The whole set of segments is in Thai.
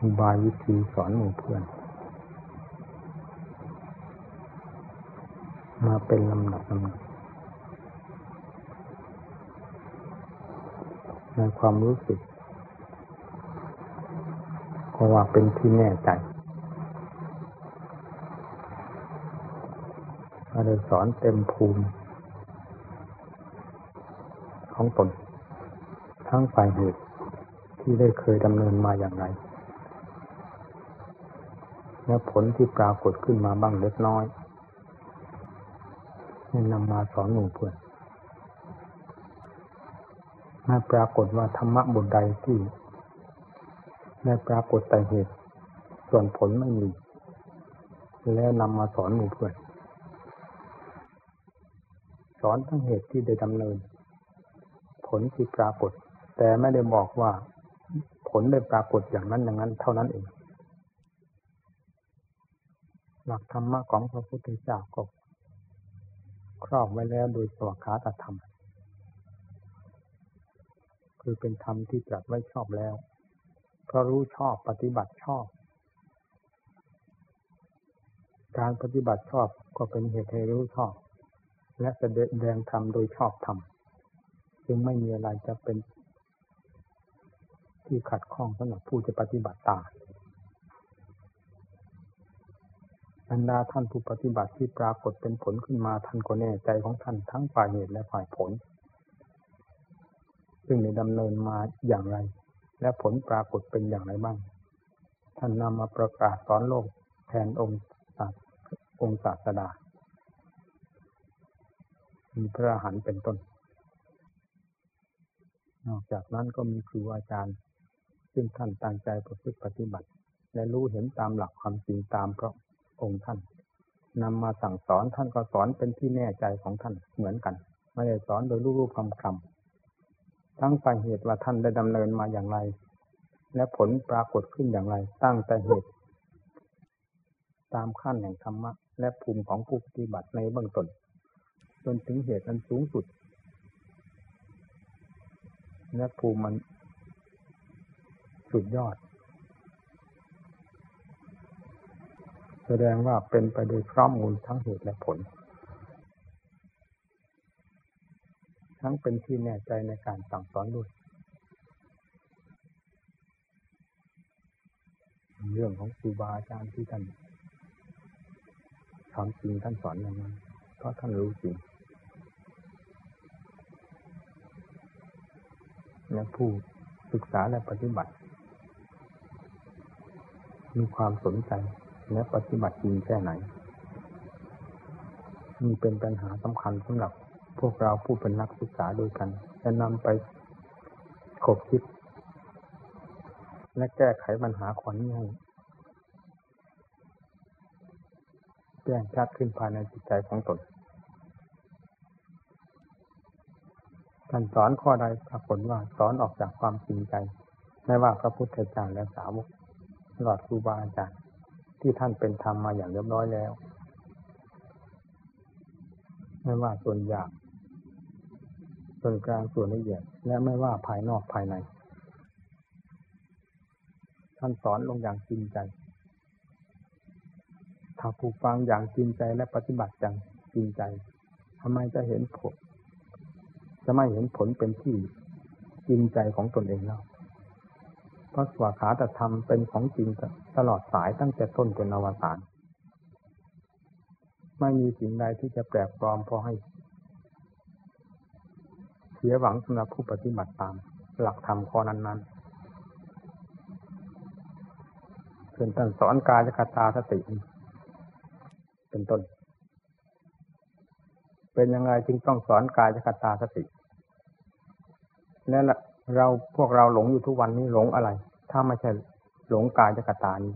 อุบายวิธีสอนหมู่เพื่อนมาเป็นลำดับในความรู้สึกก็ว่าเป็นที่แน่ใจก็ได้สอนเต็มภูมิของตนทั้งฝ่ายเหตุที่ได้เคยดำเนินมาอย่างไรและผลที่ปรากฏขึ้นมาบ้างเล็กน้อยให้นำมาสอนหมู่เพื่อนให้ปรากฏว่าธรรมะบทใดที่ได้ปรากฏแต่เหตุส่วนผลไม่มีแล้วนำมาสอนหมู่เพื่อนสอนทั้งเหตุที่ได้ดำเนินผลที่ปรากฏแต่ไม่ได้บอกว่าผลได้ปรากฏอย่างนั้นอย่างนั้นเท่านั้นเองหลักธรรมะของพระพุทธเจ้าก็ครอบไว้แล้วโดยสวากขาตธรรมคือเป็นธรรมที่ตรัสไว้ชอบแล้วเพราะรู้ชอบปฏิบัติชอบการปฏิบัติชอบก็เป็นเหตุให้รู้ชอบและแสดงธรรมโดยชอบธรรมจึงไม่มีอะไรจะเป็นที่ขัดข้องสำหรับผู้จะปฏิบัติตามบรรดาท่านผู้ปฏิบัติที่ปรากฏเป็นผลขึ้นมาท่านก็แน่ใจของท่านทั้งฝ่ายเหตุและฝ่ายผลซึ่งได้ดำเนินมาอย่างไรและผลปรากฏเป็นอย่างไรบ้างท่านนำมาประกาศสอนโลกแทนองค์ศาสดามีพระอรหันต์เป็นต้นนอกจากนั้นก็มีครูอาจารย์ซึ่งท่านตั้งใจประพฤติปฏิบัติและรู้เห็นตามหลักความจริงตามพระองค์ท่านนำมาสั่งสอนท่านก็สอนเป็นที่แน่ใจของท่านเหมือนกันไม่ได้สอนโดยรูปๆคำๆทั้งฝ่ายเหตุว่าท่านได้ดำเนินมาอย่างไรและผลปรากฏขึ้นอย่างไรตั้งแต่เหตุตามขั้นแห่งธรรมะและภูมิของผู้ปฏิบัติในเบื้องต้นจนถึงเหตุอันสูงสุดและภูมิมันสุดยอดแสดงว่าเป็นไปโดยพร้อมมูลทั้งเหตุและผลทั้งเป็นที่แน่ใจในการสั่งสอนด้วยเรื่องของครูบาอาจารย์ที่ท่านทำจริงท่านสอนอย่างนั้นเพราะท่านรู้จริงและผู้ศึกษาและปฏิบัติมีความสนใจและปฏิบัติจริงแค่ไหนมีเป็นปัญหาสำคัญสำหรับพวกเราผู้เป็นนักศึกษาด้วยกันจะนำไปคบคิดและแก้ไขปัญหาข้อนี้ให้แจ้งชัดขึ้นภายในจิตใจของตนท่านสอนข้อใดปรากฏว่าสอนออกจากความจริงใจไม่ว่าพระพุทธเจ้าและสาวกตลอดครูบาอาจารย์ที่ท่านเป็นธรรมมาอย่างเรียบร้อยแล้วไม่ว่าส่วนหยาบส่วนกลางส่วนละเอียดและไม่ว่าภายนอกภายในท่านสอนลงอย่างจริงใจถ้าผู้ฟังอย่างจริงใจและปฏิบัติอย่างจริงใจทำไมจะเห็นผลจะไม่เห็นผลเป็นที่จริงใจของตนเองแล้วเพราะสวากขาตธรรมเป็นของจริงตลอดสายตั้งแต่ต้นจนอวสานไม่มีสิ่งใดที่จะแปลกปลอมพอให้เสียหวังสำหรับผู้ปฏิบัติตามหลักธรรมข้อนั้นๆเช่นท่านสอนกายคตาสติเป็นต้นเป็นยังไงจึงต้องสอนกายคตาสติและพวกเราหลงอยู่ทุกวันนี้หลงอะไรถ้าไม่ใช่หลงกายคตานี้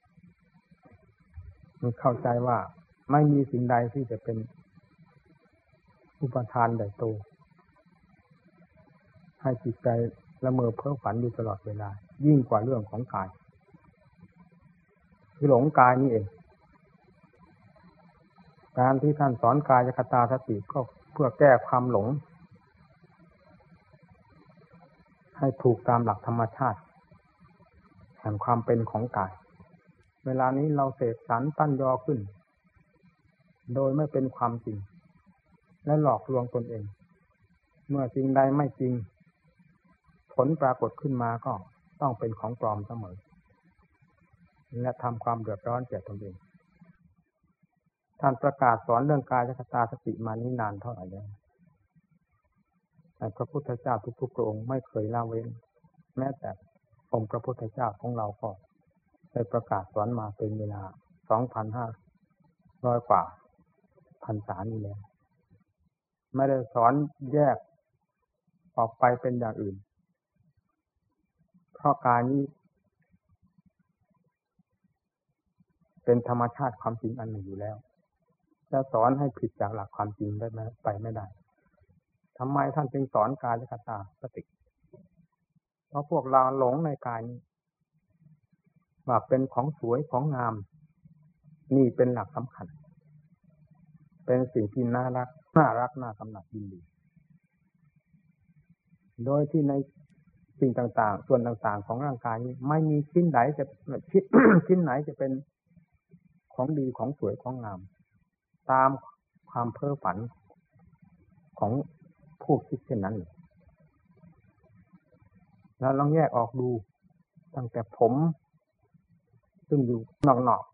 มันเข้าใจว่าไม่มีสิ่งใดที่จะเป็นอุปทานใหญ่โตให้จิตใจละเมอเพ้อฝันอยู่ตลอดเวลายิ่งกว่าเรื่องของกายคือหลงกายนี่เองการที่ท่านสอนกายคตาสติก็เพื่อแก้ความหลงให้ถูกตามหลักธรรมชาติแห่งความเป็นของกายเวลานี้เราเสกสรรปั้นยอขึ้นโดยไม่เป็นความจริงและหลอกลวงตนเองเมื่อสิ่งใดไม่จริงผลปรากฏขึ้นมาก็ต้องเป็นของปลอมเสมอและทำความเดือดร้อนแก่ตนเองท่านประกาศสอนเรื่องกายคตาสติมานี้นานเท่าไหร่แล้วแต่พระพุทธเจ้าทุกๆพระองค์ไม่เคยละเว้นแม้แต่องค์พระพุทธเจ้าของเราก็ได้ประกาศสอนมาเป็นเวลา 2,500 กว่าพรรษานี้แล้วไม่ได้สอนแยกออกไปเป็นอย่างอื่นเพราะกายนี้เป็นธรรมชาติความจริงอันหนึ่งอยู่แล้วจะสอนให้ผิดจากหลักความจริงได้ไหมไปไม่ได้ทำไมท่านจึงสอนกายคตาสติเพราะพวกเราหลงในกายนี้ว่าเป็นของสวยของงามนี่เป็นหลักสำคัญเป็นสิ่งที่น่ารักน่ากำหนัดยินดีโดยที่ในสิ่งต่างๆส่วนต่างๆของร่างกายนี้ไม่มีชิ้นไหนจะ ชิ้นไหนจะเป็นของดีของสวยของงามตามความเพ้อฝันของผู้คิดเช่นนั้นแล้วลองแยกออกดูตั้งแต่ผมซึ่งอยู่นอก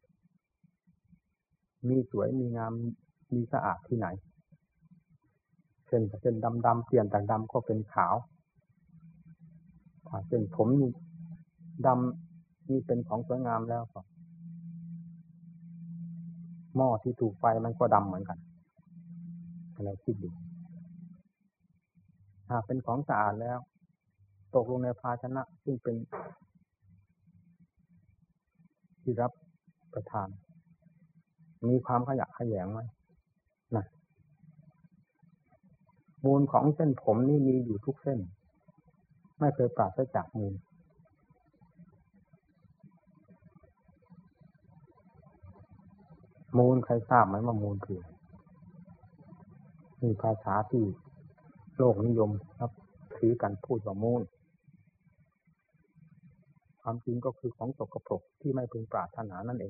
ๆมีสวยมีงามมีสะอาดที่ไหนเส้นดำๆเปลี่ยนจากดำก็เป็นขาวถ้าเส้นผมนี่ดำนี่เป็นของสวยงามแล้วก็หม้อที่ถูกไฟมันก็ดำเหมือนกันอะไรคิดดูหากเป็นของสะอาดแล้วตกลงในภาชนะซึ่งเป็นที่รับประทานมีความขยะแขยงไหมนะมูลของเส้นผมนี่มีอยู่ทุกเส้นไม่เคยปราศจากมูลใครทราบไหมว่ามูลคือมีภาษาที่โลกนิยมครับถือกันพูดว่ามูลความจริงก็คือของสกปรกที่ไม่พึงปรารถนานั่นเอง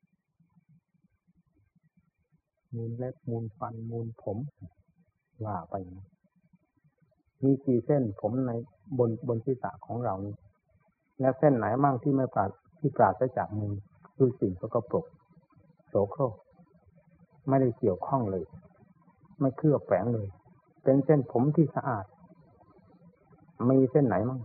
มูลเล็บมูลฟันมูลผมว่าไปมีกี่เส้นผมในบนศีรษะของเรานี้และเส้นไหนมั่งที่ไม่ปราศจากมูลคือสิ่งสกปรกโสโครกไม่ได้เกี่ยวข้องเลยไม่เคลือบแฝงเลยเป็นเส้นผมที่สะอาดมีเส้นไหนมั่ง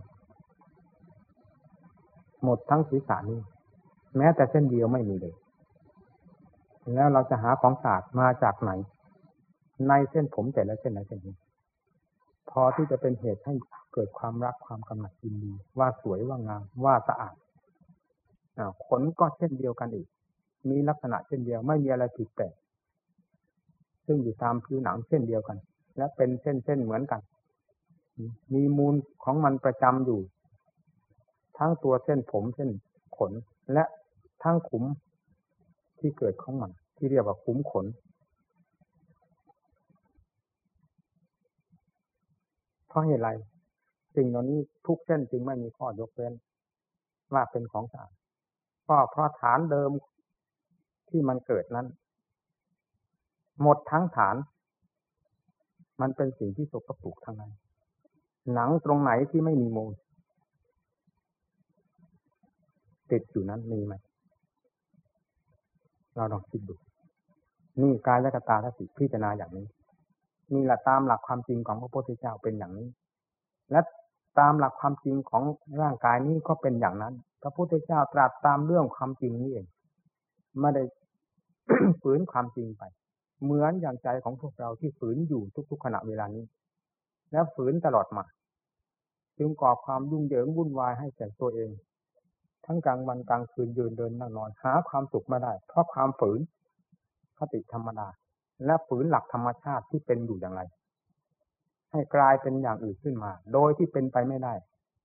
หมดทั้งศีรษะนี้แม้แต่เส้นเดียวไม่มีเลยแล้วเราจะหาของสะอาดมาจากไหนในเส้นผมแต่ละเส้นละเส้นนี้พอที่จะเป็นเหตุให้เกิดความรักความกำหนัดยินดีว่าสวยว่างามว่าสะอาดขนก็เช่นเดียวกันอีกมีลักษณะเช่นเดียวไม่มีอะไรผิดแปลกซึ่งอยู่ตามผิวหนังเช่นเดียวกันและเป็นเส้นเหมือนกันมีมูลของมันประจำอยู่ทั้งตัวเส้นผมเส้นขนและทั้งขุมที่เกิดของมันที่เรียกว่าขุมขนเพราะเหตุไรสิ่งเหล่านี้ทุกเส้นจึงไม่มีข้อยกเว้นว่าเป็นของสะอาดก็เพราะฐานเดิมที่มันเกิดนั้นหมดทั้งฐานมันเป็นสิ่งที่สกปรกทั้งนั้นหนังตรงไหนที่ไม่มีมูลติดอยู่นั้นมีไหมเราลองคิดดูนี่กายคตาสติพิจารณาอย่างนี้นี่แหละตามหลักความจริงของพระพุทธเจ้าเป็นอย่างนี้และตามหลักความจริงของร่างกายนี้ก็เป็นอย่างนั้นพระพุทธเจ้าตรัสตามเรื่องความจริงนี้เองไม่ได้ ฝืนความจริงไปเหมือนอย่างใจของพวกเราที่ฝืนอยู่ทุกๆขณะเวลานี้และฝืนตลอดมาจึงก่อความยุ่งเหยิงวุ่นวายให้แก่ตัวเองทั้งกลางวันกลางคืนยืนเดินนั่งนอนหาความสุขไม่ได้เพราะความฝืนคติธรรมดาและฝืนหลักธรรมชาติที่เป็นอยู่อย่างไรให้กลายเป็นอย่างอื่นขึ้นมาโดยที่เป็นไปไม่ได้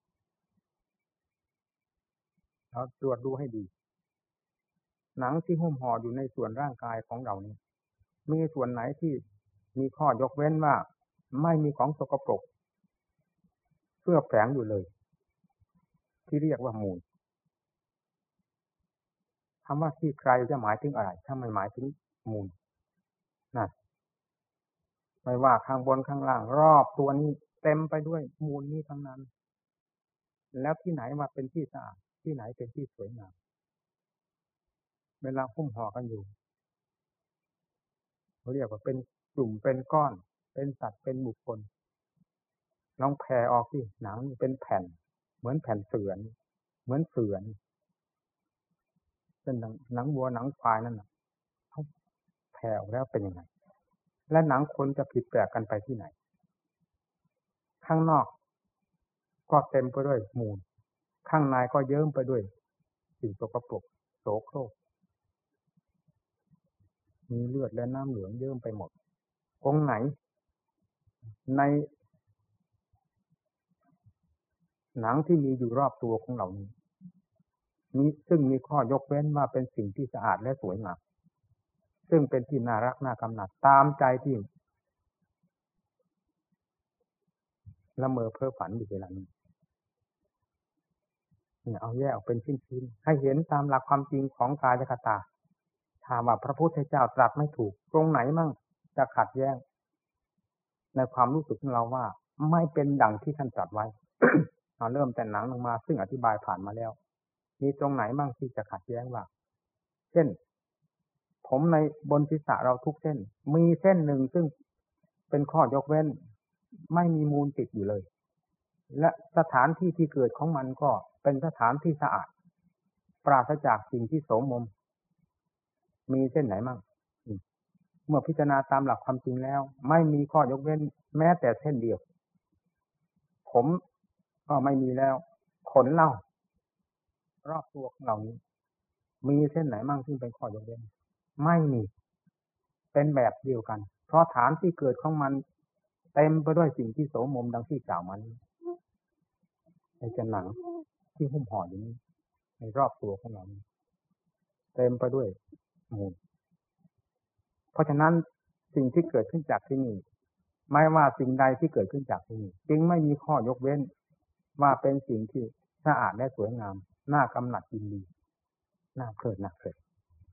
เราตรวจดูให้ดีหนังที่หุ้มห่ออยู่ในส่วนร่างกายของเรานี้มีส่วนไหนที่มีข้อยกเว้นว่าไม่มีของสกปรกเพื่อแฝงอยู่เลยที่เรียกว่ามูลคำว่าขี้ใครจะหมายถึงอะไรถ้าไม่หมายถึงมูลนั่นไม่ว่าข้างบนข้างล่างรอบตัวนี้เต็มไปด้วยมูลนี้ทั้งนั้นแล้วที่ไหนว่าเป็นที่สะอาดที่ไหนเป็นที่สวยงามเวลาหุ้มห่อกันอยู่เขาเรียกว่าเป็นกลุ่มเป็นก้อนเป็นสัตว์เป็นบุคคลลองแผ่ออกที่หนังเป็นแผ่นเหมือนแผ่นเสือเหมือนเสือเป็นหนังวัวหนังควายนั่นน่ะเขาแผ่ออกแล้วเป็นยังไงและหนังคนจะผิดแปลกกันไปที่ไหนข้างนอกก็เต็มไปด้วยมูลข้างในก็เยิ้มไปด้วยสิ่งสกปรกโสโครกมีเลือดและน้ำเหลืองเยิ้มไปหมดตรงไหนในหนังที่มีอยู่รอบตัวของเรานี้ซึ่งมีข้อยกเว้นว่าเป็นสิ่งที่สะอาดและสวยงามซึ่งเป็นที่น่ารักน่ากำหนัดตามใจที่ละเมอเพ้อฝันอยู่เวลานี้เนี่ยเอาแยกออกเป็นชิ้นๆให้เห็นตามหลักความจริงของกายคตาถามว่าพระพุทธเจ้าตรัสไม่ถูกตรงไหนมั่งจะขัดแย้งในความรู้สึกของเราว่าไม่เป็นดังที่ท่านตรัสไว้ เราเริ่มแต่หนังลงมาซึ่งอธิบายผ่านมาแล้วมีตรงไหนบ้างที่จะขัดแย้งว่าเช่นผมในบนศีรษะเราทุกเส้นมีเส้นหนึ่งซึ่งเป็นข้อยกเว้นไม่มีมูลติดอยู่เลยและสถานที่ที่เกิดของมันก็เป็นสถานที่สะอาดปราศจากสิ่งที่โสมมมีเส้นไหนมั่งเมื่อพิจารณาตามหลักความจริงแล้วไม่มีข้อยกเว้นแม้แต่เส้นเดียวผมก็ไม่มีแล้วขนเล่ารอบตัวของเรานี้มีเส้นไหนมั่งซึ่งเป็นข้อยกเว้นไม่มีเป็นแบบเดียวกันเพราะฐานที่เกิดของมันเต็มไปด้วยสิ่งที่โสมมดังที่กล่าวมานี้ในหนังที่หุ้มห่ออยู่นี้ในรอบตัวของเรานี้เต็มไปด้วยมูลเพราะฉะนั้นสิ่งที่เกิดขึ้นจากที่นี่ไม่ว่าสิ่งใดที่เกิดขึ้นจากที่นี่จึงไม่มีข้อยกเว้นว่าเป็นสิ่งที่สะอาดและสวยงามน่ากำหนัดยินดีน่าเพลิดน่าเพลิด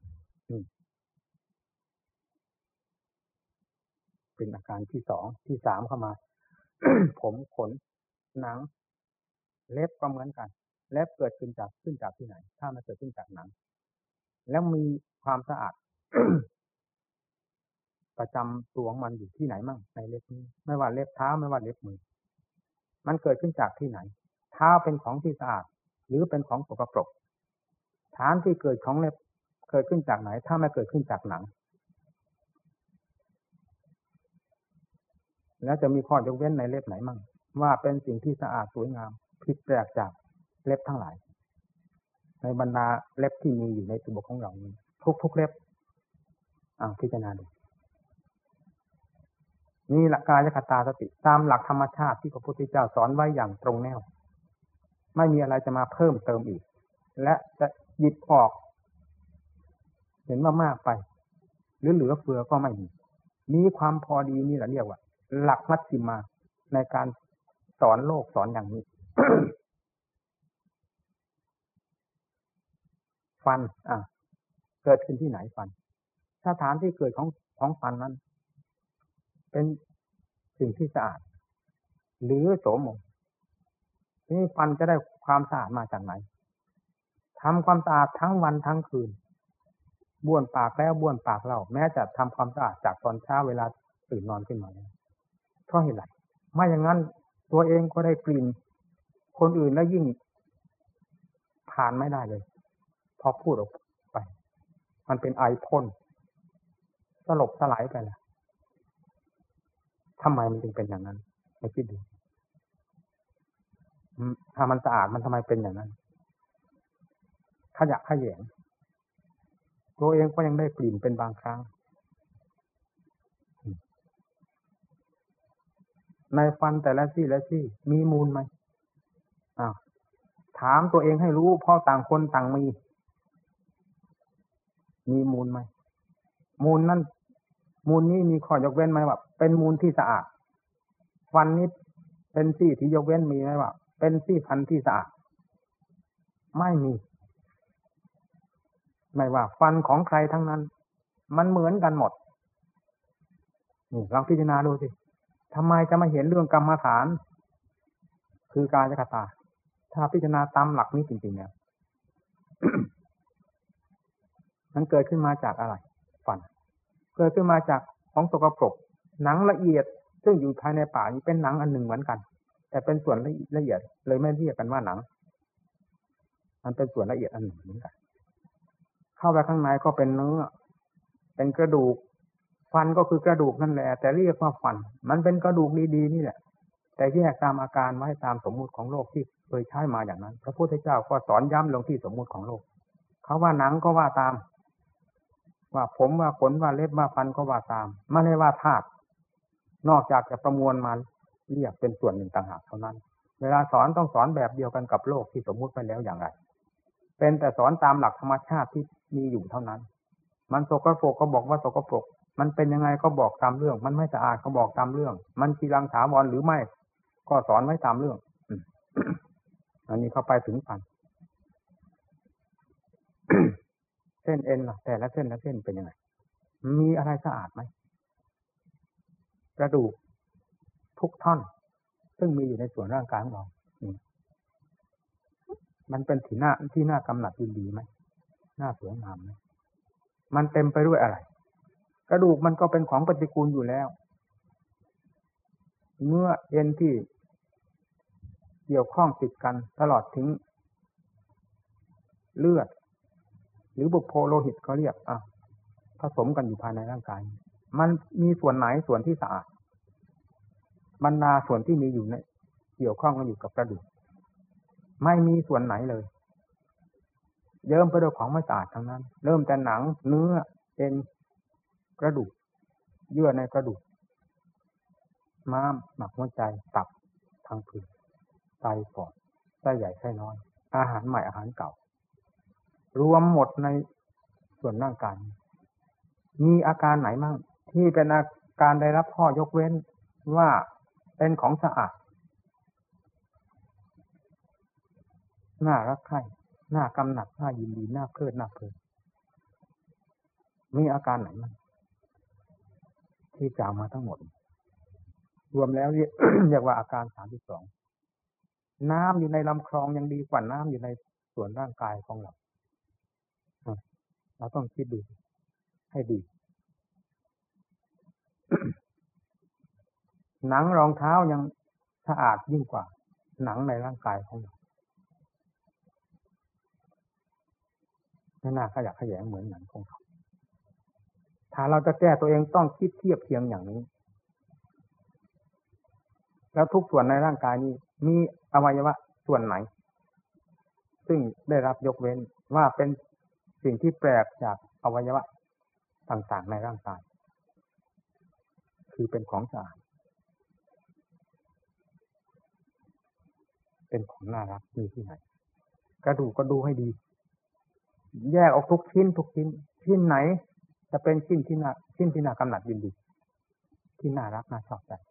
เป็นอาการที่สองที่สามเข้ามา ผมขนหนังเล็บก็เหมือนกันเล็บเกิดขึ้นจากที่ไหนถ้ามันเกิดขึ้นจากหนังแล้วมีความสะอาด ประจำตัวของมันอยู่ที่ไหนมั่งในเล็บนี้ไม่ว่าเล็บเท้าไม่ว่าเล็บมือมันเกิดขึ้นจากที่ไหนเท้าเป็นของที่สะอาดหรือเป็นของสกปรกฐานที่เกิดของเล็บเกิดขึ้นจากไหนถ้าไม่เกิดขึ้นจากหนังแล้วจะมีข้อยกเว้นในเล็บไหนมั่งว่าเป็นสิ่งที่สะอาดสวยงามผิดแปลกจากเล็บทั้งหลายในบรรดาเล็บที่มีอยู่ในตัวของเรานี้ทุกเล็บพิจารณาดูนี่หลักกายคตาสติตามหลักธรรมชาติที่พระพุทธเจ้าสอนไว้อย่างตรงแนวไม่มีอะไรจะมาเพิ่มเติมอีกและจะหยิบออกเห็นว่ามากไปหรือเหลือเฟือก็ไม่มีความพอดีนี่แหละเรียกว่าหลักมัชฌิมาในการสอนโลกสอนอย่างนี้ ฟันเกิดขึ้นที่ไหนฟันสถานที่เกิดของฟันนั้นเป็นสิ่งที่สะอาดหรือโสมมนี่ฟันจะได้ความสะอาดมาจากไหนทำความสะอาดทั้งวันทั้งคืนบ้วนปากแล้วบ้วนปากเล่าแม้จะทำความสะอาดจากตอนเช้าเวลาตื่นนอนขึ้นมาเพราะเหตุไรไม่อย่างนั้นตัวเองก็ได้กลิ่นคนอื่นแล้วยิ่งผ่านไม่ได้เลยพอพูดออกไปมันเป็นไอพ่นสลบสลายไปแล้วทำไมมันจึงเป็นอย่างนั้นไม่คิดดูถ้ามันสะอาดมันทำไมเป็นอย่างนั้นขยะแขยงตัวเองก็ยังได้กลิ่นเป็นบางครั้งในฟันแต่ละซี่มีมูลไหมถามตัวเองให้รู้เพราะต่างคนต่างมีมูลไหมมูลนี้มีข้อยกเว้นไหมว่าเป็นมูลที่สะอาดฟันนี้เป็นซี่ที่ยกเว้นมีไหมว่าเป็นซี่ฟันที่สะอาดไม่มีไม่ว่าฟันของใครทั้งนั้นมันเหมือนกันหมดนี่ลองพิจารณาดูสิทำไมจะมาเห็นเรื่องกรรมฐานคือกายคตาถ้าพิจารณาตามหลักนี้จริงๆเนี่ย มันเกิดขึ้นมาจากอะไรฟันเกิดขึ้นมาจากของสกปรกหนังละเอียดซึ่งอยู่ภายในปากนี้เป็นหนังอันหนึ่งเหมือนกันแต่เป็นส่วนละเอียดเลยไม่เรียกกันว่าหนังมันเป็นส่วนละเอียดอันหนึ่งเหมือนกันเข้าไปข้างในก็เป็นเนื้อเป็นกระดูกฟันก็คือกระดูกนั่นแหละแต่เรียกว่าฟันมันเป็นกระดูกดีๆนี่แหละแต่แยกตามอาการไว้ตามสมมุติของโลกที่เคยใช้มาอย่างนั้นพระพุทธเจ้าก็สอนย้ำลงที่สมมุติของโลกเขาว่าหนังก็ว่าตามว่าผมว่าขนว่าเล็บว่าฟันก็ว่าตามไม่ได้ว่าธาตุนอกจากจะประมวลมาเรียกเป็นส่วนหนึ่งต่างหากเท่านั้นเวลาสอนต้องสอนแบบเดียวกันกับโลกที่สมมุติไปแล้วอย่างไรเป็นแต่สอนตามหลักธรรมชาติที่มีอยู่เท่านั้นมันสกปรกก็บอกว่าสกปรกมันเป็นยังไงก็บอกตามเรื่องมันไม่สะอาดก็บอกตามเรื่องมันจีรังถาวรหรือไม่ก็สอนไว้ตามเรื่อง อันนี้เข้าไปถึงฟัน เส้นเอ็นล่ะแต่ละเส้นละเส้นเป็นยังไงมีอะไรสะอาดไหมกระดูกทุกท่อนซึ่งมีอยู่ในส่วนร่างกายของเรามันเป็นที่น่ากำหนัดยินดีไหมน่าสวยงามไหมมันเต็มไปด้วยอะไรกระดูกมันก็เป็นของปฏิกูลอยู่แล้วเมื่อเอ็นที่เกี่ยวข้องติดกันตลอดถึงเลือดหรือบุพโพโลหิตเขาเรียกผสมกันอยู่ภายในร่างกายมันมีส่วนไหนส่วนที่สะอาดบรรดาส่วนที่มีอยู่ในเกี่ยวข้องกันอยู่กับกระดูกไม่มีส่วนไหนเลยเยิ้มไปด้วยของไม่สะอาดทั้งนั้นเริ่มแต่หนังเนื้อเอ็นกระดูกเยื่อในกระดูกม้ามหมักหัวใจตับพังผืดไตปอดไส้ใหญ่ไส้น้อยอาหารใหม่อาหารเก่ารวมหมดในส่วนร่างกายมีอาการไหนมั่งที่เป็นอาการได้รับข้อยกเว้นว่าเป็นของสะอาดน่ารักใคร่น่ากำหนัดน่ายินดีน่าเพลิดน่าเพลินมีอาการไหนมั่งที่กล่าวมาทั้งหมดรวมแล้ว เรียกว่าอาการ32น้ำอยู่ในลำคลองยังดีกว่าน้ำอยู่ในส่วนร่างกายของเราเราต้องคิดดูให้ดี หนังรองเท้ายังสะอาดยิ่งกว่าหนังในร่างกายของเราไม่น่าขยะแขยงเหมือนหนังของเขาถ้าเราจะแก้ตัวเองต้องคิดเทียบเทียงอย่างนี้แล้วทุกส่วนในร่างกายนี้มีอวัยวะส่วนไหนซึ่งได้รับยกเว้นว่าเป็นสิ่งที่แปลกจากอวัยวะต่างๆในร่างกายคือเป็นของสะอาดเป็นของน่ารักมีที่ไหนกระดูกก็ดูให้ดีแยกออกทุกชิ้นชิ้นไหนจะเป็นชิ้นที่น่ากำหนัดยินดีที่น่ารักน่าชอบใจ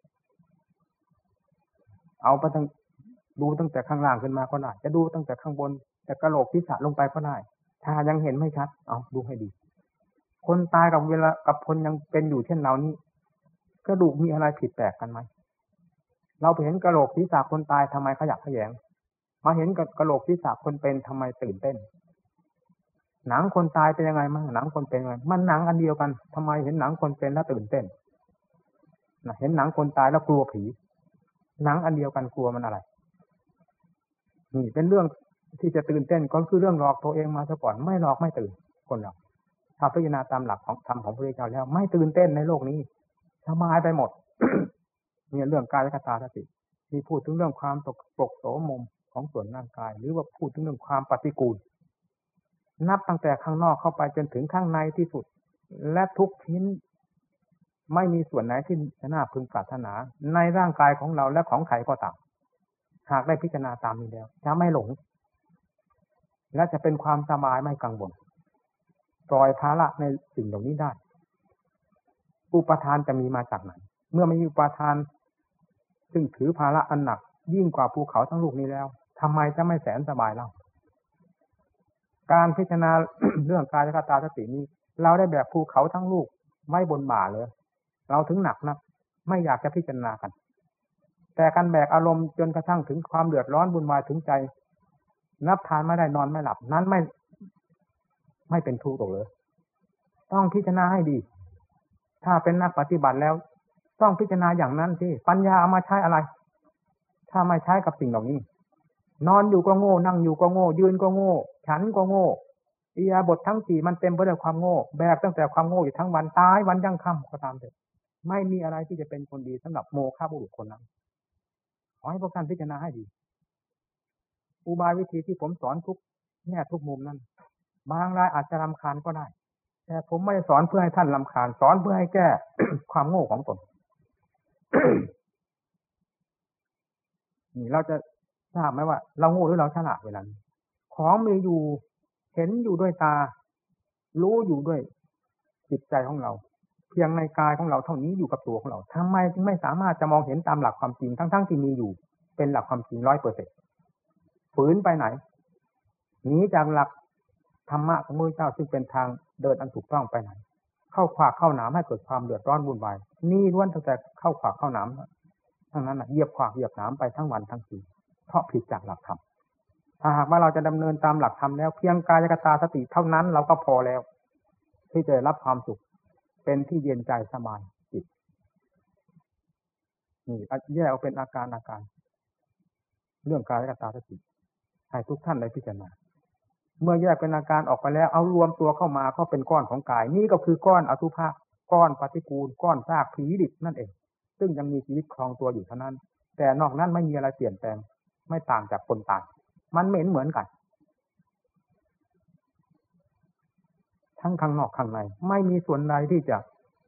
เอาไปดูตั้งแต่ข้างล่างขึ้นมาก็ได้จะดูตั้งแต่ข้างบนแต่กระโหลกศีรษะลงไปก็ได้ถ้ายังเห็นไม่ชัดเอาดูให้ดีคนตายกับเวลากับคนยังเป็นอยู่เช่นเรานี้กระดูกมีอะไรผิดแปลกกันไหมเราไปเห็นกระโหลกศีรษะคนตายทำไมขยักขยงมาเห็นกระโหลกศีรษะคนเป็นทำไมตื่นเต้นหนังคนตายเป็นยังไงมั่งหนังคนเป็นยังไงมันหนังอันเดียวกันทำไมเห็นหนังคนเป็นแล้วตื่นเต้นเห็นหนังคนตายแล้วกลัวผีหนังอันเดียวกันกลัวมันอะไรนี่เป็นเรื่องที่จะตื่นเต้นก็คือเรื่องหลอกตัวเองมาซะก่อนไม่หลอกไม่ตื่นคนเราถ้าพิจารณาตามหลักของธรรมของพระพุทธเจ้าแล้วไม่ตื่นเต้นในโลกนี้สบายไปหมด เนี่ยเรื่องกายคตาสติที่พูดถึงเรื่องความตกปรกโสมมของส่วนร่างกายหรือว่าพูดถึงเรื่องความปฏิกูลนับตั้งแต่ข้างนอกเข้าไปจนถึงข้างในที่สุดและทุกชิ้นไม่มีส่วนไหนที่น่าพึงปรารถนาในร่างกายของเราและของใครก็ตามหากได้พิจารณาตามนี้แล้วจะไม่หลงและจะเป็นความสบายไม่กังวลปล่อยภาระในสิ่งเหล่านี้ได้อุปทานจะมีมาจากไหนเมื่อไม่มีอุปทานซึ่งถือภาระอันหนักยิ่งกว่าภูเขาทั้งลูกนี้แล้วทำไมจะไม่แสนสบายเล่าการพิจารณา เรื่องกายคตาสตินี้เราได้แบบภูเขาทั้งลูกไว้บนบ่าเลยเราถึงหนักนักไม่อยากจะพิจารณากันแต่การแบกอารมณ์จนกระทั่งถึงความเดือดร้อนวุ่นวายถึงใจนับทานไม่ได้นอนไม่หลับนั้นไม่เป็นทุกข์หรอกเลยต้องพิจารณาให้ดีถ้าเป็นนักปฏิบัติแล้วต้องพิจารณาอย่างนั้นที่ปัญญาเอามาใช้อะไรถ้าไม่ใช้กับสิ่งเหล่านี้นอนอยู่ก็โง่นั่งอยู่ก็โง่ยืนก็โง่ฉันก็โง่อิริยาบถทั้งสี่มันเต็มไปด้วยความโง่แบกตั้งแต่ความโง่อยู่ทั้งวันตายวันยั่งค่ำก็ตามเถอะไม่มีอะไรที่จะเป็นคนดีสำหรับโมฆะบุรุษคนนั้นขอให้พวกท่านพิจารณาให้ดีอุบายวิธีที่ผมสอนทุกแง่ทุกมุมนั้นบางรายอาจจะรำคาญก็ได้แต่ผมไม่ได้สอนเพื่อให้ท่านรำคาญสอนเพื่อให้แก้ ความโง่ของตน นี่เราจะทราบไหมว่าเราโง่หรือเราฉลาดเวลานี้ของมีอยู่เห็นอยู่ด้วยตารู้อยู่ด้วยจิตใจของเราเพียงในกายของเราเท่านี้อยู่กับตัวของเราทำไมจึงไม่สามารถจะมองเห็นตามหลักความจริงทั้งที่มีอยู่เป็นหลักความจริง 100%ฝืนไปไหนหนีจากหลักธรรมะของพระพุทธเจ้าซึ่งเป็นทางเดินอันถูกต้องไปไหนเข้าขวากเข้าหนามให้เกิดความเดือดร้อนวุ่นวายนี่ล้วนตั้งแต่เข้าขวากเข้าหนามทั้งนั้นน่ะเหยียบขวากเหยียบหนามไปทั้งวันทั้งคืนเพราะผิดจากหลักธรรมถ้าหากว่าเราจะดำเนินตามหลักธรรมแล้วเพียงกายคตาสติเท่านั้นเราก็พอแล้วที่จะรับความสุขเป็นที่เย็นใจสบายจิตนี่แยกออกเป็นอาการเรื่องกายคตาสติให้ทุกท่านได้พิจารณาเมื่อแยกเป็นอาการออกไปแล้วเอารวมตัวเข้ามาก็เป็นก้อนของกายนี่ก็คือก้อนอสุภะก้อนปฏิกูลก้อนซากผีดิบนั่นเองซึ่งยังมีชีวิตครองตัวอยู่เท่านั้นแต่นอกนั้นไม่มีอะไรเปลี่ยนแปลงไม่ต่างจากคนตายมันเหม็นเหมือนกันทั้งข้างนอกข้างในไม่มีส่วนใดที่จะ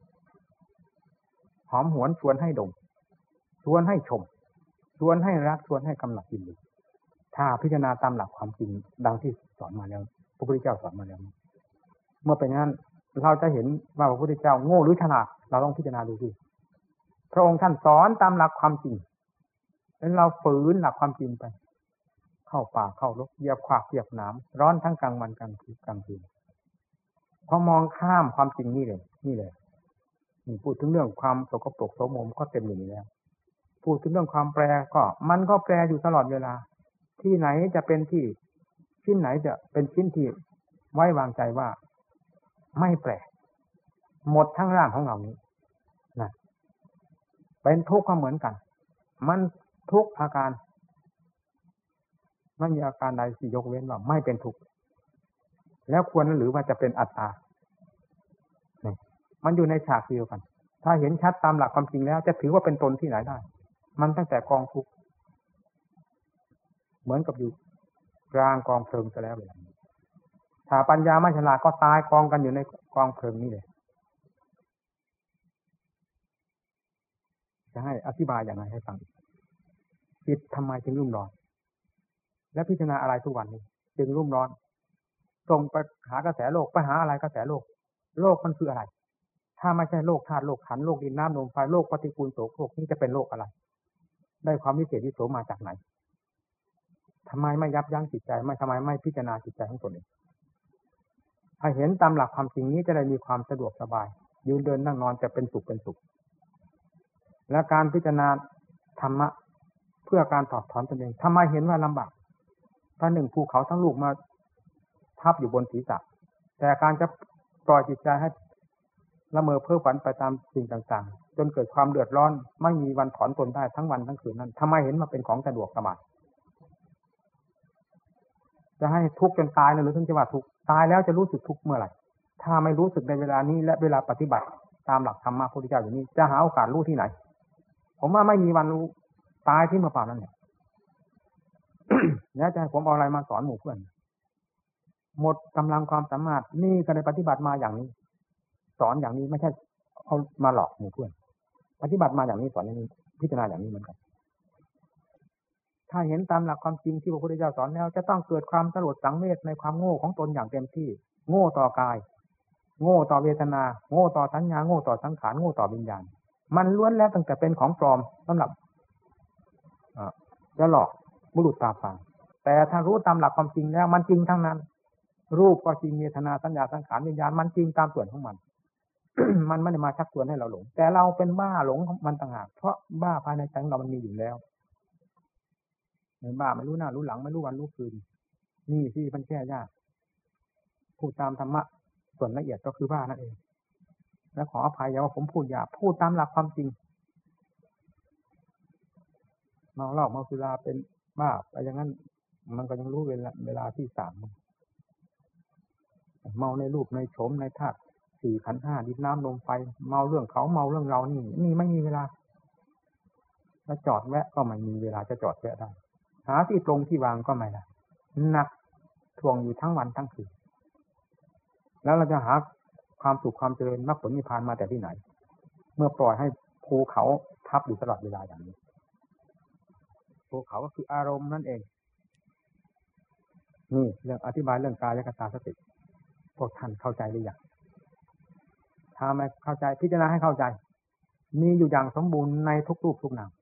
หอมหวนชวนให้ดมชวนให้ชมชวนให้รักชวนให้กำหนัดยินดีถ้าพิจารณาตามหลักความจริงดังที่สอนมาแล้วพระพุทธเจ้าสอนมาแล้วเมื่อเป็นอย่างนั้นเราจะเห็นว่าพระพุทธเจ้าโง่หรือฉลาดเราต้องพิจารณาดูสิพระองค์ท่านสอนตามหลักความจริงแล้วเราฝืนหลักความจริงไปเข้าป่าเข้ารกเหยียบขวากเหยียบหนามร้อนทั้งกลางวันกลางคืนพอมองข้ามความจริงนี่เลยนี่พูดถึงเรื่องความสกปรกโสมมก็เต็มอยู่นี่แล้วพูดถึงเรื่องความแปรก็มันก็แปรอยู่ตลอดเวลาที่ไหนจะเป็นที่ชิ้นไหนจะเป็นชิ้นที่ไว้วางใจว่าไม่แปรหมดทั้งร่างของเรานี้นะเป็นทุกข์ก็เหมือนกันมันทุกอาการไม่มีอาการใดที่ยกเว้นว่าไม่เป็นทุกข์แล้วควรหรือว่าจะเป็นอัตตาเนี่ยมันอยู่ในฉากเดียวกันถ้าเห็นชัดตามหลักความจริงแล้วจะถือว่าเป็นตนที่ไหนได้มันตั้งแต่กองทุกข์เหมือนกับอยู่กลางกองเพลิงซะแล้วเลยถ้าปัญญาไม่ฉลาดก็ตายกองกันอยู่ในกองเพลิงนี่เลยจะให้อธิบายอย่างไรให้ฟังจิตทำไมจึงรุ่มร้อนและพิจารณาอะไรทุกวันนี้จึงรุ่มร้อนส่งไปหากระแสโลกไปหาอะไรกระแสโลกโลกมันคืออะไรถ้าไม่ใช่โลกธาตุโลกขันธ์โลกดินน้ำลมไฟโลกปฏิกูลโสโครกนี่จะเป็นโลกอะไรได้ความวิเศษวิโสมาจากไหนทำไมไม่ยับยั้งจิตใจไม่ทำไมไม่พิจารณาจิตใจของตนเองถ้าเห็นตามหลักความจริงนี้จะได้มีความสะดวกสบายยืนเดินนั่งนอนจะเป็นสุขและการพิจารณาธรรมะเพื่อการถอดถอนตนเองทำไมเห็นว่าลำบากพระหนึ่งภูเขาทั้งลูกมาทับอยู่บนศีรษะแต่การจะปล่อยจิตใจให้ละเมอเพ้อฝันไปตามสิ่งต่างๆจนเกิดความเดือดร้อนไม่มีวันถอนตนได้ทั้งวันทั้งคืนนั้นทำไมเห็นมาเป็นของสะดวกสบายจะให้ทุกข์จนตายหรือถึงจะว่าทุกข์ตายแล้วจะรู้สึกทุกข์เมื่อไหร่ถ้าไม่รู้สึกในเวลานี้และเวลาปฏิบัติตามหลักธรรมะพระพุทธเจ้าอย่างนี้จะหาโอกาสรู้ที่ไหนผมว่าไม่มีวันรู้ตายที่เมื่อป่านนั้นเนี่ย แล้วจะให้ผมเอาอะไรมาสอนหมู่เพื่อนหมดกำลังความสามารถนี่ก็ได้ปฏิบัติมาอย่างนี้สอนอย่างนี้ไม่ใช่เอามาหลอกหมู่เพื่อนปฏิบัติมาอย่างนี้สอนอย่างนี้พิจารณาอย่างนี้เหมือนกันถ้าเห็นตามหลักความจริงที่พระพุทธเจ้าสอนแล้วจะต้องเกิดความสลดสังเวชในความโง่ของตนอย่างเต็มที่โง่ต่อกายโง่ต่อเวทนาโง่ต่อสัญญาโง่ต่อสังขารโง่ต่อวิญญาณมันล้วนแล้วตั้งแต่เป็นของปลอมสำหรับจะหลอกบุรุษตาฟังแต่ถ้ารู้ตามหลักความจริงแล้วมันจริงทั้งนั้นรูปก็จริงเวทนาสัญญาสังขารวิญญาณมันจริงตามส่วนของมัน มันไม่ได้มาชักชวนให้เราหลงแต่เราเป็นบ้าหลงของมันต่างหากเพราะบ้าภายในใจของเรามันมีอยู่แล้วในบ้าไม่รู้หน้ารู้หลังไม่รู้วันรู้คืนนี่ที่มันแก้ยากพูดตามธรรมะส่วนละเอียดก็คือบ้านั่นเองและขออภัยว่าผมพูดหยาบพูดตามหลักความจริงเมาเหล้าเมาสุราเป็นบ้าอะไรอย่างนั้นมันก็ยังรู้เวลาที่สามเมาในรูปในโฉมในธาตุสี่ขันธ์ห้าดินน้ำลมไฟเมาเรื่องเขาเมาเรื่องเรานี่ไม่มีเวลาจะจอดแวะก็ไม่มีเวลาจะจอดแวะได้หาที่ตรงที่วางก็ไม่ได้หนักทวงอยู่ทั้งวันทั้งคืนแล้วเราจะหาความสุขความเจริญมรรคผลนิพพานมาแต่ที่ไหนเมื่อปล่อยให้ภูเขาทับอยู่ตลอดเวลาอย่างนี้ภูเขาก็คืออารมณ์นั่นเองนี่เรื่องอธิบายเรื่องกายคตาสติพวกท่านเข้าใจหรือยังถ้าไม่เข้าใจพิจารณาให้เข้าใจมีอยู่อย่างสมบูรณ์ในทุกรูปทุกนาม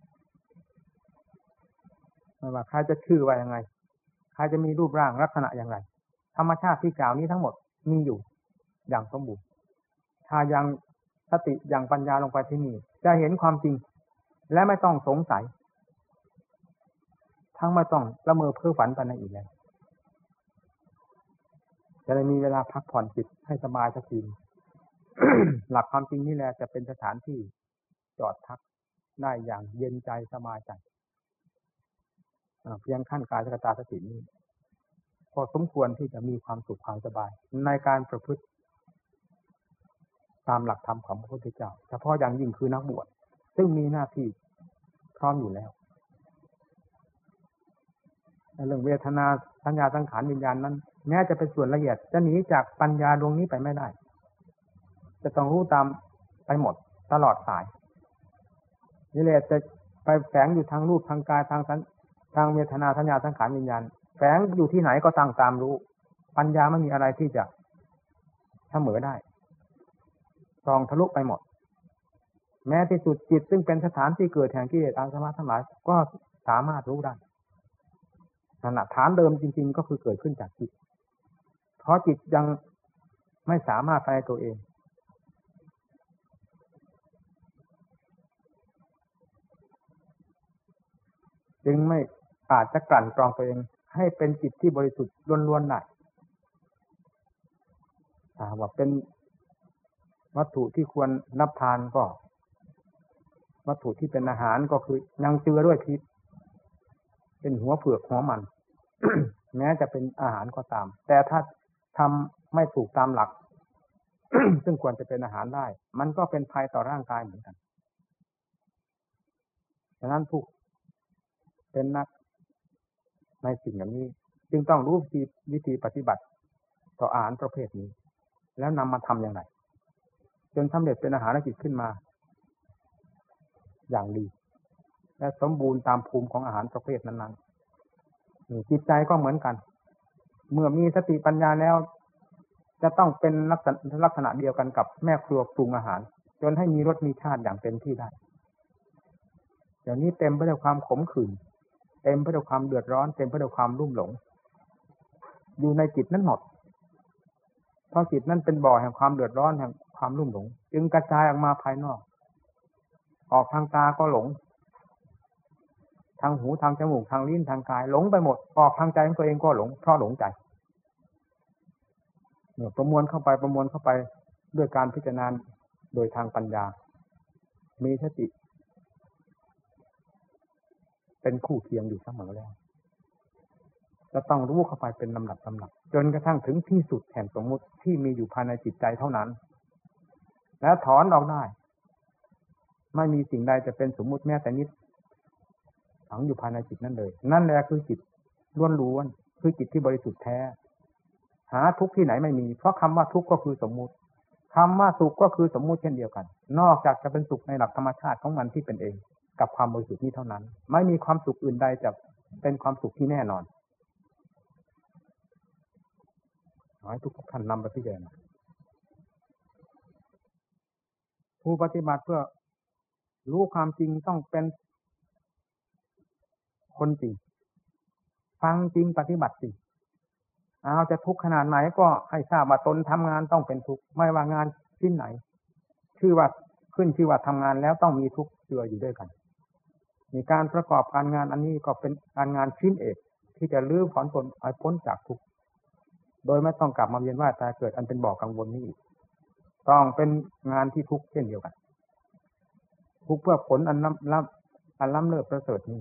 ไม่ว่าใครจะชื่อว่ายังไงใครจะมีรูปร่างลักษณะอย่างไรธรรมชาติที่กล่าวนี้ทั้งหมดมีอยู่อย่างสมบูรณ์ถ้ายังสติอย่างปัญญาลงไปที่นี่จะเห็นความจริงและไม่ต้องสงสัยทั้งไม่ต้องละเมอเพ้อฝันไปในอีกแล้วจะได้มีเวลาพักผ่อนจิตให้สบายสักที หลักความจริงนี่แหละจะเป็นสถานที่จอดพักได้อย่างเย็นใจสบายใจเพียงขั้นกายตาสตินี้พอสมควรที่จะมีความสุขความสบายในการประพฤติตามหลักธรรมของพระพุทธเจ้าเฉพาะอย่างยิ่งคือนักบวชซึ่งมีหน้าที่พร้อมอยู่แล้วเรื่องเวทนาสัญญาสังขารวิญญาณนั้นแม้จะเป็นส่วนละเอียดจะหนีจากปัญญาดวงนี้ไปไม่ได้จะต้องรู้ตามไปหมดตลอดสายกิเลสจะไปแฝงอยู่ทางรูปทางกายทางเวทนาสัญญาสังขารวิญญาณแฝงอยู่ที่ไหนก็ตามรู้ปัญญาไม่มีอะไรที่จะเสมอได้ส่องทะลุไปหมดแม้ที่สุดจิตซึ่งเป็นสถานที่เกิดแห่งกิเลสอาสวะทั้งหลายก็สามารถรู้ได้นั่นแหละฐานเดิมจริงๆก็คือเกิดขึ้นจากจิตเพราะจิตยังไม่สามารถไปตัวเองจึงไม่อาจจะกลั่นกรองตัวเองให้เป็นจิตที่บริสุทธิ์ล้วนๆได้ถ้าว่าเป็นวัตถุที่ควรรับทานก็วัตถุที่เป็นอาหารก็คือยังเจือด้วยพิษเป็นหัวเผือกหัวมัน แม้จะเป็นอาหารก็ตามแต่ถ้าทำไม่ถูกตามหลัก ซึ่งควรจะเป็นอาหารได้มันก็เป็นภัยต่อร่างกายเหมือนกันฉะนั้นผู้เป็นนักในสิ่งอย่างนี้จึงต้องรู้วิธีปฏิบัติต่ออาหารประเภทนี้แล้วนำมาทำอย่างไรจนสำเร็จเป็นอาหารกิจขึ้นมาอย่างดีและสมบูรณ์ตามภูมิของอาหารประเภทนั้นๆจิตใจก็เหมือนกันเมื่อมีสติปัญญาแล้วจะต้องเป็นลักษณะเดียวกันกับแม่ครัวปรุงอาหารจนให้มีรสมีชาติอย่างเต็มที่ได้เดี๋ยวนี้เต็มไปด้วยความขมขื่นเต็มไปด้วยความเดือดร้อนเต็มไปด้วยความรุ่มหลงอยู่ในจิตนั้นหมดเพราะจิตนั้นเป็นบ่อแห่งความเดือดร้อนแห่งความรุ่มหลงจึงกระจายออกมาภายนอกออกทางตาก็หลงทางหูทางจมูกทางลิ้นทางกายหลงไปหมดออกทางใจของตัวเองก็หลงเพราะหลงใจเมื่อประมวลเข้าไปด้วยการพิจารณาโดยทางปัญญามีสติเป็นคู่เคียงอยู่เสมอแล้วจะต้องรู้เข้าไปเป็นลำดับจนกระทั่งถึงที่สุดแห่งสมมุติที่มีอยู่ภายในจิตใจเท่านั้นแล้วถอนออกได้ไม่มีสิ่งใดจะเป็นสมมุติแม้แต่นิดฝังอยู่ภายในจิตนั่นเลยนั่นแหละคือจิตล้วนๆคือจิตที่บริสุทธิ์แท้หาทุกข์ที่ไหนไม่มีเพราะคำว่าทุกข์ก็คือสมมุติคำว่าสุขก็คือสมมุติเช่นเดียวกันนอกจากจะเป็นสุขในหลักธรรมชาติของมันที่เป็นเองกับความบริสุทธิ์นี้เท่านั้นไม่มีความสุขอื่นใดจะเป็นความสุขที่แน่นอนขอให้ทุกท่านนำไปพิจารณาผู้ปฏิบัติเพื่อรู้ความจริงต้องเป็นคนจริงฟังจริงปฏิบัติจริงเอาจะทุกข์ขนาดไหนก็ให้ทราบว่าตนทำงานต้องเป็นทุกข์ไม่ว่างานชิ้นไหนชื่อว่าชื่อว่าทำงานแล้วต้องมีทุกข์เจืออยู่ด้วยกันมีการประกอบการงานอันนี้ก็เป็นการงานชิ้นเอกที่จะลื้อถอนตนให้พ้นจากทุกข์โดยไม่ต้องกลับมาเวียนว่ายตายเกิดอันเป็นบ่อกังวลนี้อีกต้องเป็นงานที่ทุกข์เช่นเดียวกันทุกข์เพื่อผลอันล้ำเลิศประเสริฐนี้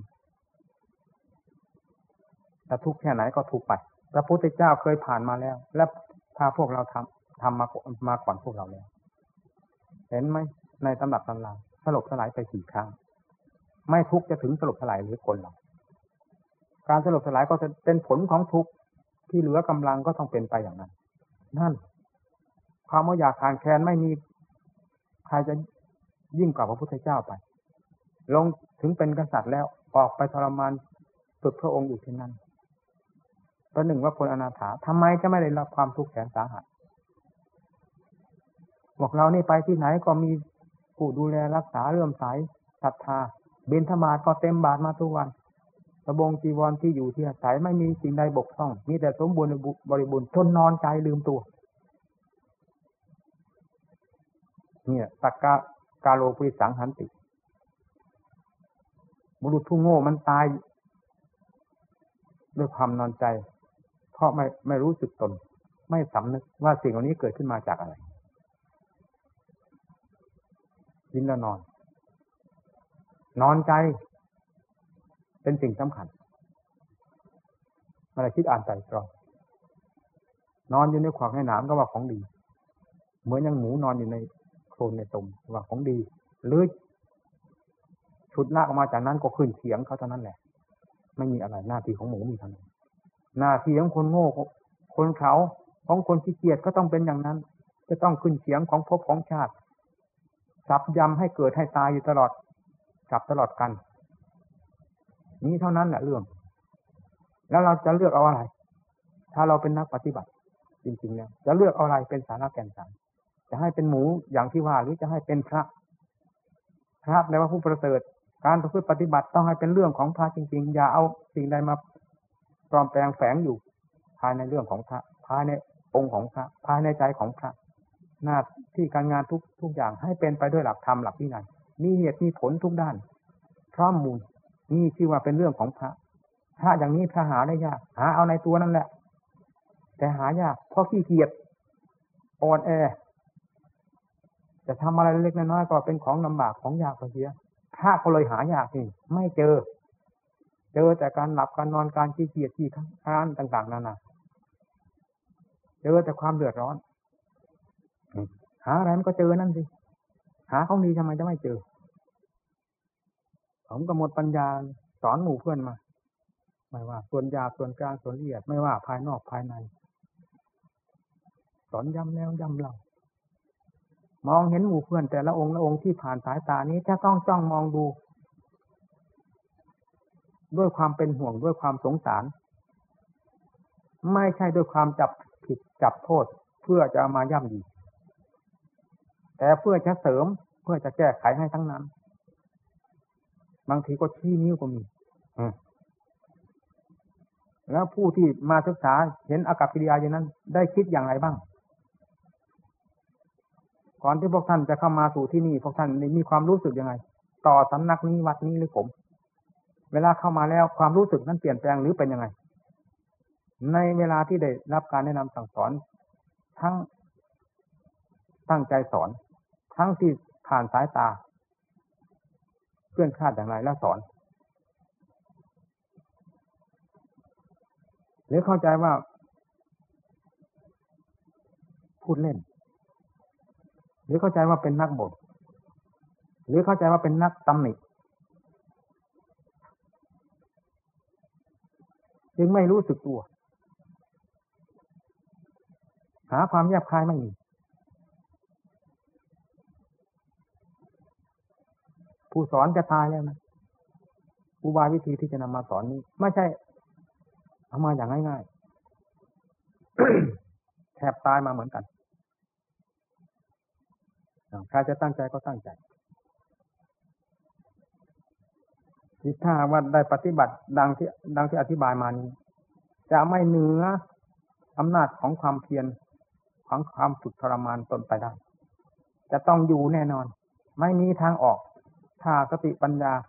แต่ทุกข์แค่ไหนก็ทุกข์ไปพระพุทธเจ้าเคยผ่านมาแล้วและพาพวกเราทำมาก่อนพวกเราแล้วเห็นไหมในตำรับตำราสลบสลายไปกี่ครั้งไม่ทุกข์จะถึงสลบสลายหรือคนเราการสลบสลายก็จะเป็นผลของทุกข์ที่เหลือกำลังก็ต้องเป็นไปอย่างนั้นนั่นความว่าอยากขาดแคลนไม่มีใครจะยิ่งกว่าพระพุทธเจ้าไปลงถึงเป็นกษัตริย์แล้วออกไปทรมานฝึกพระองค์อยู่ที่นั่นประหนึ่งว่าคนอนาถาทำไมจะไม่ได้รับความทุกข์แสนสาหัสบอกเรานี่ไปที่ไหนก็มีผู้ดูแลรักษาเลื่อมใสศรัทธาบิณฑบาตก็เต็มบาตรมาทุกวันสบงจีวรที่อยู่ที่อาศัยไม่มีสิ่งใดบกพร่องมีแต่สมบูรณ์บริบูรณ์ทนนอนใจลืมตัวเนี่ยสักกาโลปุริสังหันติบุรุษผู้โง่มันตายด้วยความนอนใจเพราะไม่รู้สึกตนไม่สำนึกว่าสิ่งเหล่านี้เกิดขึ้นมาจากอะไรกินแล้วนอนใจเป็นสิ่งสำคัญอะไรคิดอ่านใจตรองนอนอยู่ในขวากในหนามก็ว่าของดีเหมือนอย่างหมูนอนอยู่ในโคลนในตมว่าของดีหรือชุดลากออกมาจากนั้นก็ขึ้นเสียงเขาเท่านั้นแหละไม่มีอะไรหน้าที่ของหมูมีเท่านั้นหน้าที่ของคนโง่คนเขาของคนขี้เกียจก็ต้องเป็นอย่างนั้นจะต้องขึ้นเสียงของภพของชาติสับยำให้เกิดให้ตายอยู่ตลอดกับตลอดกันนี้เท่านั้นแหละเรื่องแล้วเราจะเลือกเอาอะไรถ้าเราเป็นนักปฏิบัติจริงๆแล้วจะเลือกเอาอะไรเป็นสาระแก่นสารจะให้เป็นหมูอย่างที่ว่าหรือจะให้เป็นพระแปลว่าผู้ประเสริฐการประพฤติปฏิบัติต้องให้เป็นเรื่องของพระจริงๆอย่าเอาสิ่งใดมาปลอมแปลงแฝงอยู่ภายในเรื่องของพระภายในองค์ของพระภายในใจของพระหน้าที่การงานทุกอย่างให้เป็นไปด้วยหลักธรรมหลักวินัยมีเหตุมีผลทุกด้านพร้อมมูลนี่ชื่อว่าเป็นเรื่องของพระอย่างนี้พระหาได้ยากหาเอาในตัวนั่นแหละแต่หายากเพราะขี้เกียจอ่อนแอจะทำอะไรเล็กน้อยก็เป็นของลำบากของยากไปเสียพระก็เลยหายากนี่ไม่เจอแต่การหลับการนอนการขี้เกียจขี้ค้านต่างๆนั่นน่ะเจอแต่ความเดือดร้อนหาอะไรมันก็เจอนั่นสิหาของดีทำไมจะไม่เจอผมก็หมดปัญญาสอนหมู่เพื่อนมาไม่ว่าส่วนหยาบส่วนกลางส่วนละเอียดไม่ว่าภายนอกภายในสอนย้ำแล้วย้ำเล่ามองเห็นหมู่เพื่อนแต่ละองค์ที่ผ่านสายตานี้จะต้องจ้องมองดูด้วยความเป็นห่วงด้วยความสงสารไม่ใช่ด้วยความจับผิดจับโทษเพื่อจะมาย่ำยีแต่เพื่อจะเสริมเพื่อจะแก้ไขให้ทั้งนั้นบางทีก็ชี้นิ้วก็มีแล้วผู้ที่มาศึกษาเห็นอากัปกิริยาอย่างนั้นได้คิดอย่างไรบ้างก่อนที่พวกท่านจะเข้ามาสู่ที่นี่พวกท่านมีความรู้สึกยังไงต่อสำนักนี้วัดนี้หรือผมเวลาเข้ามาแล้วความรู้สึกนั้นเปลี่ยนแปลงหรือเป็นยังไงในเวลาที่ได้รับการแนะนำสั่งสอนทั้งตั้งใจสอนทั้งที่ผ่านสายตาเพื่อนคาดอย่างไรแล้วสอนหรือเข้าใจว่าพูดเล่นหรือเข้าใจว่าเป็นนักบ่นหรือเข้าใจว่าเป็นนักตำหนิจึงไม่รู้สึกตัวหาความแยบคายไม่มีผู้สอนจะตายแล้วนะอุบายวิธีที่จะนำมาสอนนี้ไม่ใช่เอามาอย่างง่ายๆ แทบตายมาเหมือนกันใครจะตั้งใจก็ตั้งใจถ้าว่าได้ปฏิบัติดังที่อธิบายมานี้จะไม่เหนืออำนาจของความเพียรของความฝึกทรมานตนไปได้จะต้องอยู่แน่นอนไม่มีทางออกถ้าสติปัญญา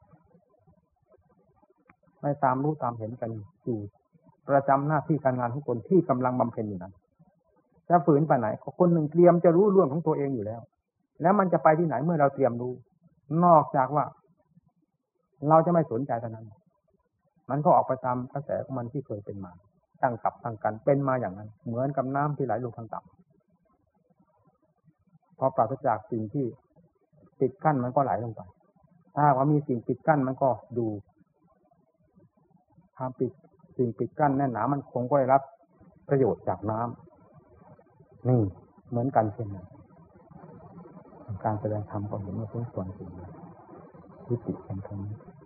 ไม่ตามรู้ตามเห็นกันอยู่ประจำหน้าที่การงานของคนที่กำลังบำเพ็ญอยู่นั้นจะฝืนไปไหนคนหนึ่งเตรียมจะรู้เรื่องของตัวเองอยู่แล้วแล้วมันจะไปที่ไหนเมื่อเราเตรียมรู้นอกจากว่าเราจะไม่สนใจเท่านั้นมันก็ออกไปตามกระแสของมันที่เคยเป็นมาตั้งกับตั้งกันเป็นมาอย่างนั้นเหมือนกับน้ำที่ไหลลงทางต่ำพอปราศจากสิ่งที่ปิดกั้นมันก็ไหลลงไปถ้าว่ามีสิ่งปิดกั้นมันก็ดูความปิดสิ่งปิดกั้นแน่นหนามันคงก็ได้รับประโยชน์จากน้ำนี่เหมือนกันเช่นนั้นการแสดงธรรมก็เห็นว่าเป็นส่วนสิ่งยุติเป็นธรรม